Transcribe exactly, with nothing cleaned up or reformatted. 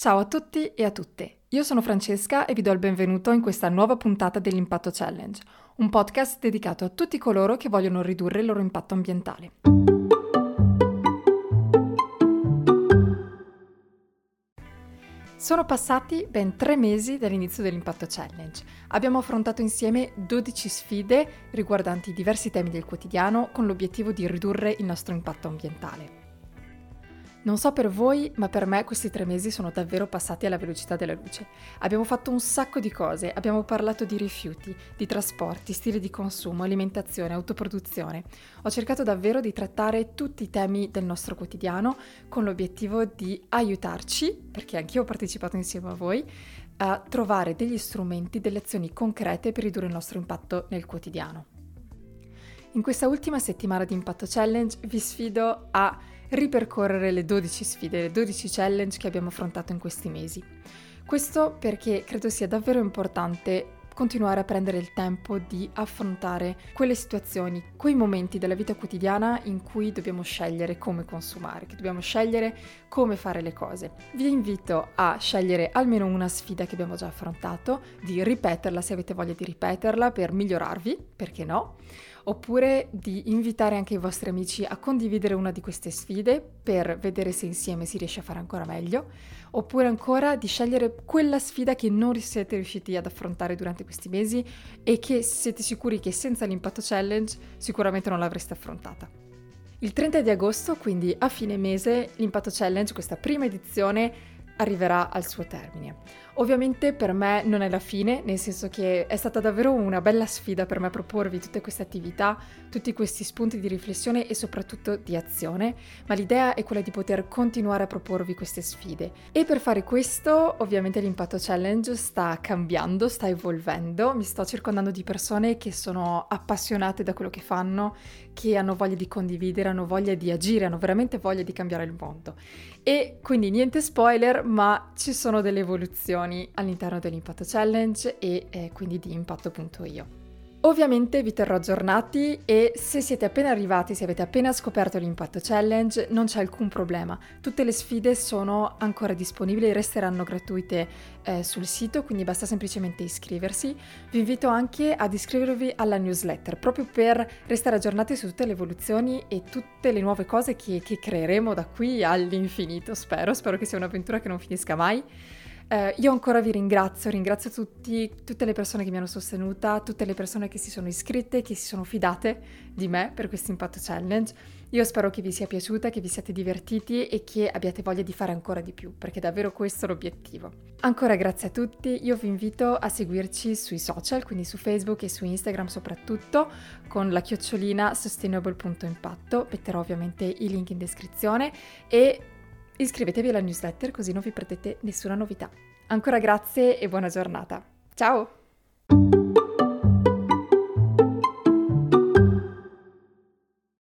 Ciao a tutti e a tutte, io sono Francesca e vi do il benvenuto in questa nuova puntata dell'Impatto Challenge, un podcast dedicato a tutti coloro che vogliono ridurre il loro impatto ambientale. Sono passati ben tre mesi dall'inizio dell'Impatto Challenge. Abbiamo affrontato insieme dodici sfide riguardanti diversi temi del quotidiano con l'obiettivo di ridurre il nostro impatto ambientale. Non so per voi, ma per me questi tre mesi sono davvero passati alla velocità della luce. Abbiamo fatto un sacco di cose, abbiamo parlato di rifiuti, di trasporti, stili di consumo, alimentazione, autoproduzione. Ho cercato davvero di trattare tutti i temi del nostro quotidiano con l'obiettivo di aiutarci, perché anch'io ho partecipato insieme a voi, a trovare degli strumenti, delle azioni concrete per ridurre il nostro impatto nel quotidiano. In questa ultima settimana di Impatto Challenge vi sfido a ripercorrere le dodici sfide, le dodici challenge che abbiamo affrontato in questi mesi. Questo perché credo sia davvero importante continuare a prendere il tempo di affrontare quelle situazioni, quei momenti della vita quotidiana in cui dobbiamo scegliere come consumare, che dobbiamo scegliere come fare le cose. Vi invito a scegliere almeno una sfida che abbiamo già affrontato, di ripeterla se avete voglia di ripeterla per migliorarvi, perché no? Oppure di invitare anche i vostri amici a condividere una di queste sfide per vedere se insieme si riesce a fare ancora meglio, oppure ancora di scegliere quella sfida che non siete riusciti ad affrontare durante questi mesi e che siete sicuri che senza l'Impatto Challenge sicuramente non l'avreste affrontata. Il trenta di agosto, quindi a fine mese, l'Impatto Challenge, questa prima edizione, arriverà al suo termine. Ovviamente per me non è la fine, nel senso che è stata davvero una bella sfida per me proporvi tutte queste attività, tutti questi spunti di riflessione e soprattutto di azione, ma l'idea è quella di poter continuare a proporvi queste sfide. E per fare questo, ovviamente l'Impatto Challenge sta cambiando, sta evolvendo, mi sto circondando di persone che sono appassionate da quello che fanno, che hanno voglia di condividere, hanno voglia di agire, hanno veramente voglia di cambiare il mondo. E quindi niente spoiler, ma ci sono delle evoluzioni all'interno dell'Impatto Challenge e eh, quindi di impatto punto io. Ovviamente vi terrò aggiornati e se siete appena arrivati, se avete appena scoperto l'Impatto Challenge, non c'è alcun problema. Tutte le sfide sono ancora disponibili, resteranno gratuite eh, sul sito, quindi basta semplicemente iscriversi. Vi invito anche ad iscrivervi alla newsletter, proprio per restare aggiornati su tutte le evoluzioni e tutte le nuove cose che, che creeremo da qui all'infinito, spero. Spero che sia un'avventura che non finisca mai. Uh, io ancora vi ringrazio, ringrazio tutti, tutte le persone che mi hanno sostenuta, tutte le persone che si sono iscritte, che si sono fidate di me per questo Impatto Challenge. Io spero che vi sia piaciuta, che vi siate divertiti e che abbiate voglia di fare ancora di più, perché davvero questo è l'obiettivo. Ancora grazie a tutti, io vi invito a seguirci sui social, quindi su Facebook e su Instagram soprattutto, con la chiocciolina sustainable punto impatto, metterò ovviamente i link in descrizione e iscrivetevi alla newsletter così non vi perdete nessuna novità. Ancora grazie e buona giornata. Ciao!